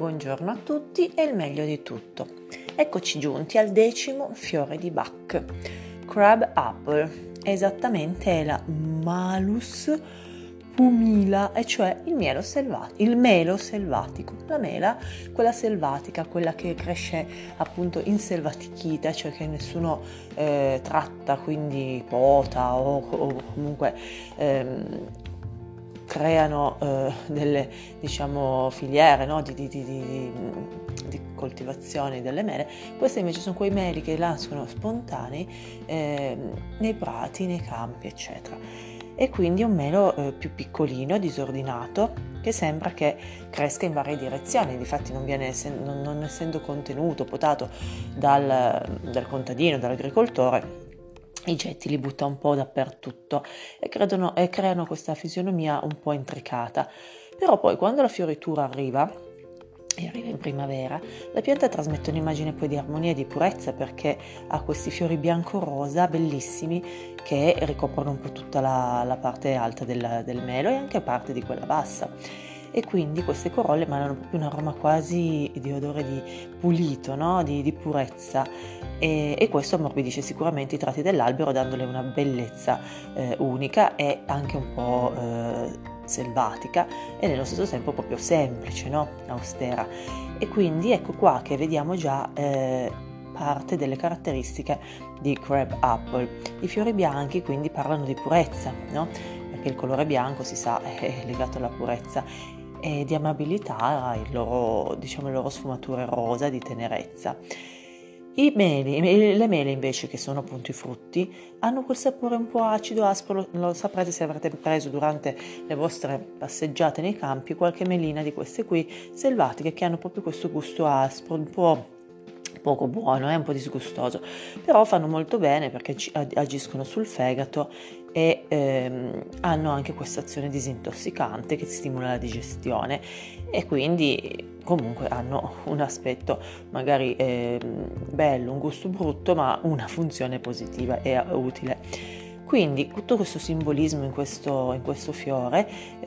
Buongiorno a tutti e il meglio di tutto. Eccoci giunti al 10° fiore di Bach, Crab Apple. Esattamente è la Malus pumila, e cioè il melo selvatico. La mela, quella selvatica, quella che cresce appunto inselvatichita, cioè che nessuno tratta, quindi pota o comunque creano delle filiere, no? di coltivazione delle mele. Queste invece sono quei meli che nascono spontanei nei prati, nei campi, eccetera. E quindi un melo più piccolino, disordinato, che sembra che cresca in varie direzioni. Difatti non essendo contenuto, potato dal contadino, dall'agricoltore, i getti li butta un po' dappertutto e creano questa fisionomia un po' intricata. Però poi quando la fioritura arriva in primavera, la pianta trasmette un'immagine poi di armonia e di purezza, perché ha questi fiori bianco-rosa bellissimi che ricoprono un po' tutta la parte alta del melo e anche parte di quella bassa. E quindi queste corolle emanano proprio un aroma quasi di odore di pulito, no? di purezza, e questo ammorbidisce sicuramente i tratti dell'albero, dandole una bellezza unica e anche un po' selvatica, e nello stesso tempo proprio semplice, no? Austera. E quindi ecco qua che vediamo già parte delle caratteristiche di Crab Apple. I fiori bianchi quindi parlano di purezza, no? Perché il colore bianco, si sa, è legato alla purezza, e di amabilità, le loro sfumature rosa, di tenerezza. Le mele invece, che sono appunto i frutti, hanno quel sapore un po' acido, aspro. Lo saprete se avrete preso durante le vostre passeggiate nei campi qualche melina di queste qui selvatiche, che hanno proprio questo gusto aspro, un po' poco buono, un po' disgustoso, però fanno molto bene perché agiscono sul fegato e hanno anche questa azione disintossicante che stimola la digestione, e quindi comunque hanno un aspetto magari bello, un gusto brutto, ma una funzione positiva e utile. Quindi tutto questo simbolismo in questo fiore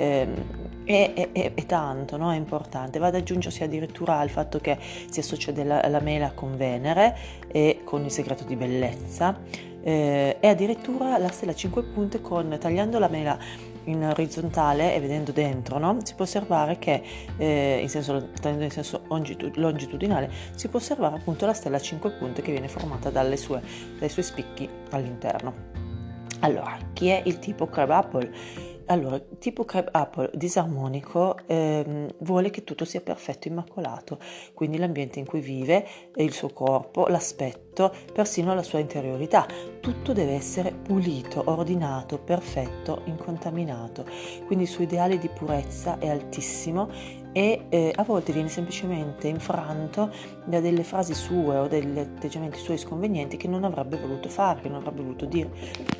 è tanto, no? È importante. Va ad aggiungersi addirittura al fatto che si associa la mela con Venere e con il segreto di bellezza, e addirittura la stella a 5 punte, tagliando la mela in orizzontale e vedendo dentro, no? Si può osservare che in senso longitudinale si può osservare appunto la stella a 5 punte che viene formata dai suoi spicchi all'interno. Allora, chi è il tipo Crab Apple? Allora, il tipo Crab Apple disarmonico vuole che tutto sia perfetto, immacolato, quindi l'ambiente in cui vive, il suo corpo, l'aspetto, persino la sua interiorità. Tutto deve essere pulito, ordinato, perfetto, incontaminato. Quindi il suo ideale di purezza è altissimo, e a volte viene semplicemente infranto da delle frasi sue o degli atteggiamenti suoi sconvenienti che non avrebbe voluto fare, che non avrebbe voluto dire.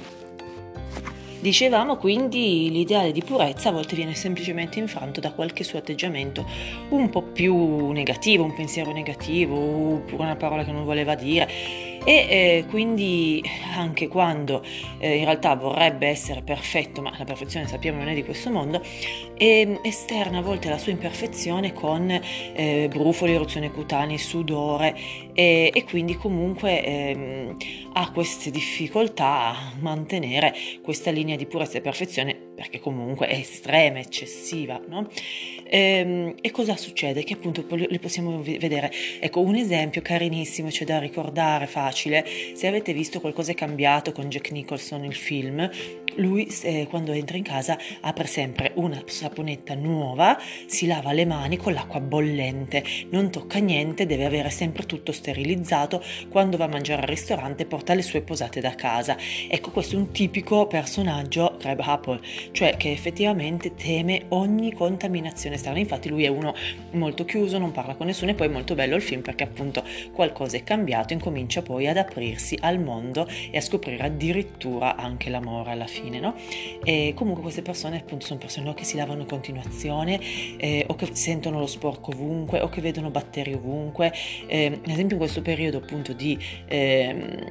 Dicevamo quindi l'ideale di purezza a volte viene semplicemente infranto da qualche suo atteggiamento un po' più negativo, un pensiero negativo, oppure una parola che non voleva dire. E quindi anche quando in realtà vorrebbe essere perfetto, ma la perfezione sappiamo non è di questo mondo, esterna a volte la sua imperfezione con brufoli, eruzione cutanea, sudore, e quindi comunque ha queste difficoltà a mantenere questa linea di purezza e perfezione, perché comunque è estrema, eccessiva, no? E cosa succede? Che appunto le possiamo vedere. Ecco, un esempio carinissimo, c'è da ricordare, facile: se avete visto Qualcosa è cambiato con Jack Nicholson, il film, lui quando entra in casa apre sempre una saponetta nuova, si lava le mani con l'acqua bollente, non tocca niente, deve avere sempre tutto sterilizzato, quando va a mangiare al ristorante porta le sue posate da casa. Ecco, questo è un tipico personaggio Crab Apple, cioè che effettivamente teme ogni contaminazione esterna. Infatti lui è uno molto chiuso, non parla con nessuno, e poi è molto bello il film perché appunto qualcosa è cambiato, incomincia poi ad aprirsi al mondo e a scoprire addirittura anche l'amore alla fine, no? E comunque queste persone appunto sono persone che si lavano in continuazione, o che sentono lo sporco ovunque, o che vedono batteri ovunque. Ad esempio in questo periodo appunto di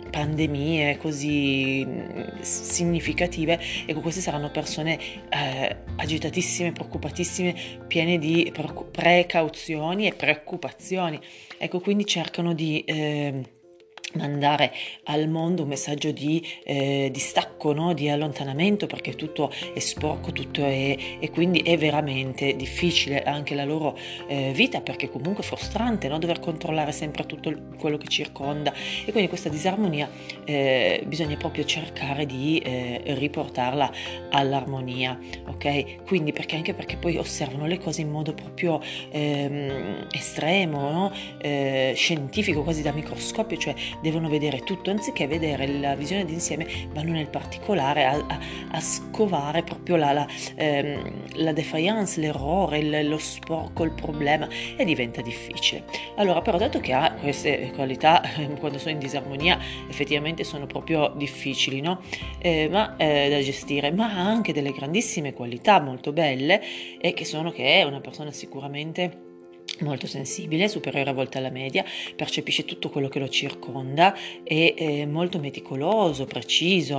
pandemie così significative, ecco, queste saranno persone agitatissime, preoccupatissime, piene di precauzioni e preoccupazioni. Ecco, quindi cercano di mandare al mondo un messaggio di distacco, no? Di allontanamento, perché tutto è sporco, e quindi è veramente difficile anche la loro vita, perché comunque è frustrante, no? Dover controllare sempre tutto quello che circonda, e quindi questa disarmonia bisogna proprio cercare di riportarla all'armonia, ok? Quindi anche perché poi osservano le cose in modo proprio estremo, no? Scientifico, quasi da microscopio, cioè devono vedere tutto, anziché vedere la visione d'insieme vanno nel particolare a scovare proprio la defiance, l'errore, lo sporco, il problema, e diventa difficile. Allora, però, dato che ha queste qualità, quando sono in disarmonia effettivamente sono proprio difficili, no? Da gestire, ma ha anche delle grandissime qualità molto belle, e che è una persona sicuramente molto sensibile, superiore a volte alla media, percepisce tutto quello che lo circonda, è molto meticoloso, preciso,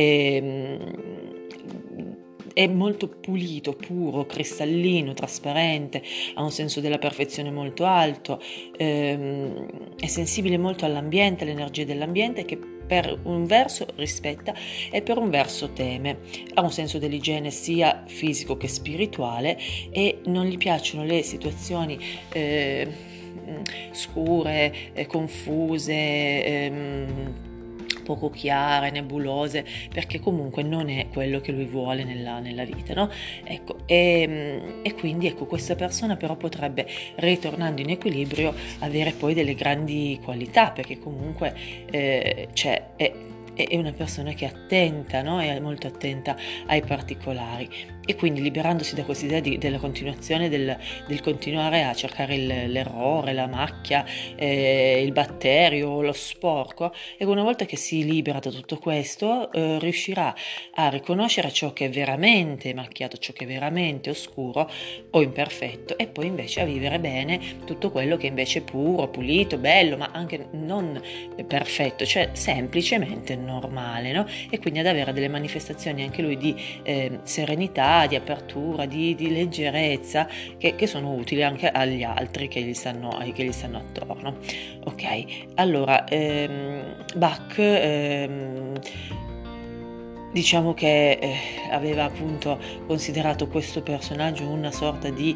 è molto pulito, puro, cristallino, trasparente, ha un senso della perfezione molto alto, è sensibile molto all'ambiente, all'energia dell'ambiente, che per un verso rispetta e per un verso teme. Ha un senso dell'igiene sia fisico che spirituale, e non gli piacciono le situazioni scure, confuse, poco chiare, nebulose, perché comunque non è quello che lui vuole nella vita, no? Ecco, e quindi ecco, questa persona però potrebbe, ritornando in equilibrio, avere poi delle grandi qualità, perché comunque è una persona che è attenta, no? È molto attenta ai particolari, e quindi liberandosi da questa idea della continuazione, del continuare a cercare l'errore, la macchia, il batterio, lo sporco, e una volta che si libera da tutto questo riuscirà a riconoscere ciò che è veramente macchiato, ciò che è veramente oscuro o imperfetto, e poi invece a vivere bene tutto quello che invece è puro, pulito, bello, ma anche non perfetto, cioè semplicemente normale, no? E quindi ad avere delle manifestazioni anche lui di serenità, di apertura, di leggerezza, che sono utili anche agli altri che gli stanno attorno. Ok, allora Bach diciamo che aveva appunto considerato questo personaggio una sorta di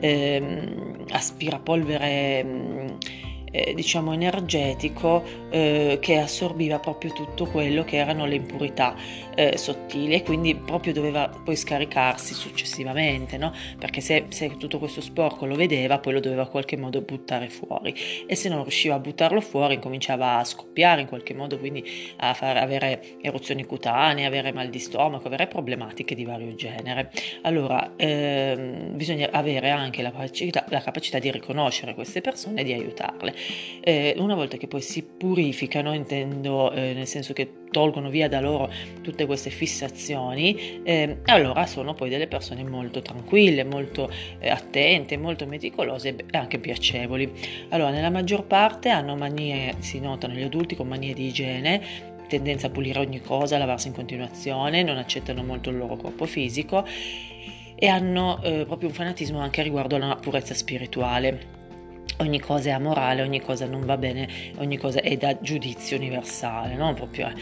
aspirapolvere diciamo energetico, che assorbiva proprio tutto quello che erano le impurità sottili, e quindi proprio doveva poi scaricarsi successivamente, no? Perché se tutto questo sporco lo vedeva, poi lo doveva in qualche modo buttare fuori, e se non riusciva a buttarlo fuori cominciava a scoppiare in qualche modo, quindi a avere eruzioni cutanee, avere mal di stomaco, avere problematiche di vario genere. Allora bisogna avere anche la capacità di riconoscere queste persone e di aiutarle. Una volta che poi si purificano, intendo nel senso che tolgono via da loro tutte queste fissazioni, allora sono poi delle persone molto tranquille, molto attente, molto meticolose e anche piacevoli. Allora, nella maggior parte hanno manie, si notano gli adulti con manie di igiene, tendenza a pulire ogni cosa, a lavarsi in continuazione, non accettano molto il loro corpo fisico, e hanno proprio un fanatismo anche riguardo alla purezza spirituale. Ogni cosa è amorale, ogni cosa non va bene, ogni cosa è da giudizio universale, no? Proprio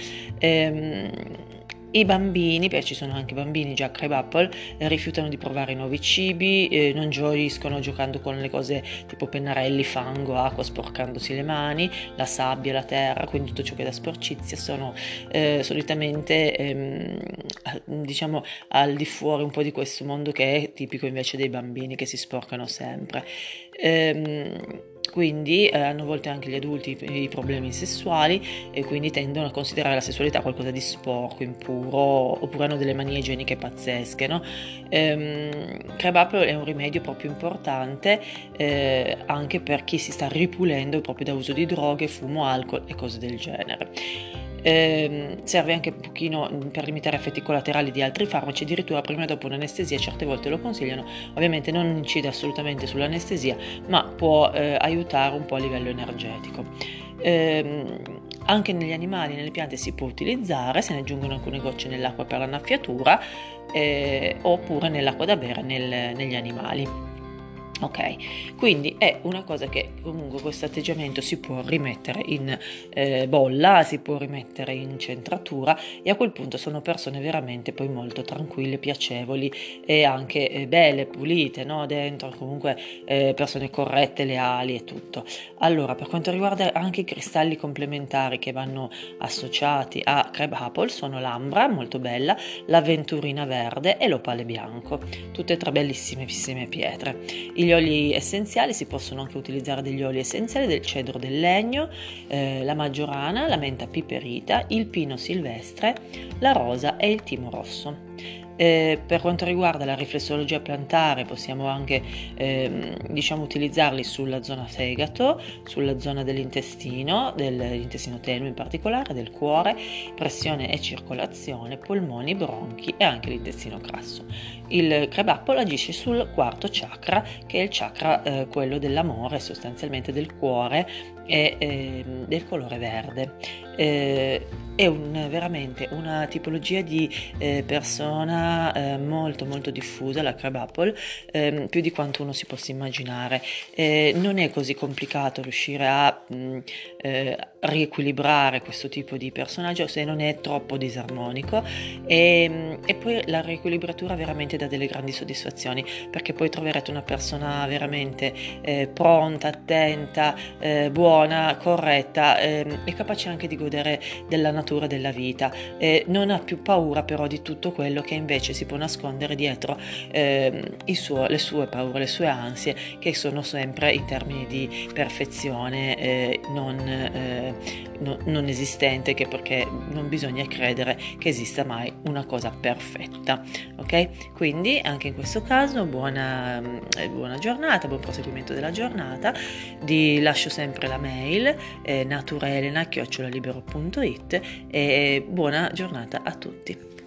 I bambini, perché ci sono anche bambini, già Crabapple, rifiutano di provare nuovi cibi, non gioiscono giocando con le cose tipo pennarelli, fango, acqua, sporcandosi le mani, la sabbia, la terra, quindi tutto ciò che è da sporcizia. Sono solitamente diciamo al di fuori un po' di questo mondo che è tipico invece dei bambini, che si sporcano sempre. Quindi hanno a volte anche gli adulti i problemi sessuali, e quindi tendono a considerare la sessualità qualcosa di sporco, impuro, oppure hanno delle manie igieniche pazzesche, no? Crabapple è un rimedio proprio importante anche per chi si sta ripulendo proprio da uso di droghe, fumo, alcol e cose del genere. Serve anche un pochino per limitare effetti collaterali di altri farmaci, addirittura prima e dopo un'anestesia certe volte lo consigliano. Ovviamente non incide assolutamente sull'anestesia, ma può aiutare un po' a livello energetico. Anche negli animali e nelle piante si può utilizzare, se ne aggiungono alcune gocce nell'acqua per l'annaffiatura, oppure nell'acqua da bere negli animali. Ok, quindi è una cosa che comunque questo atteggiamento si può rimettere in bolla, si può rimettere in centratura, e a quel punto sono persone veramente poi molto tranquille, piacevoli e anche belle, pulite, no? Dentro comunque persone corrette, leali e tutto. Allora, per quanto riguarda anche i cristalli complementari che vanno associati a Crab Apple, sono l'ambra, molto bella, l'avventurina verde e l'opale bianco, tutte e tre bellissime pietre. Gli oli essenziali, si possono anche utilizzare degli oli essenziali del cedro del legno, la maggiorana, la menta piperita, il pino silvestre, la rosa e il timo rosso. Per quanto riguarda la riflessologia plantare, possiamo anche utilizzarli sulla zona fegato, sulla zona dell'intestino tenue in particolare, del cuore, pressione e circolazione, polmoni, bronchi e anche l'intestino grasso. Il Crab Apple agisce sul quarto chakra, che è il chakra quello dell'amore, sostanzialmente del cuore e del colore verde. È veramente una tipologia di persona molto molto diffusa, la Crab Apple, più di quanto uno si possa immaginare. Non è così complicato riuscire a riequilibrare questo tipo di personaggio se non è troppo disarmonico, e poi la riequilibratura veramente dà delle grandi soddisfazioni, perché poi troverete una persona veramente pronta, attenta, buona, corretta, e capace anche di godere della natura, della vita. Non ha più paura però di tutto quello che invece si può nascondere dietro le sue paure, le sue ansie, che sono sempre in termini di perfezione non esistente, che perché non bisogna credere che esista mai una cosa perfetta. Ok? Quindi anche in questo caso buona giornata, buon proseguimento della giornata. Lascio sempre la mail naturelena@libero.it, e buona giornata a tutti.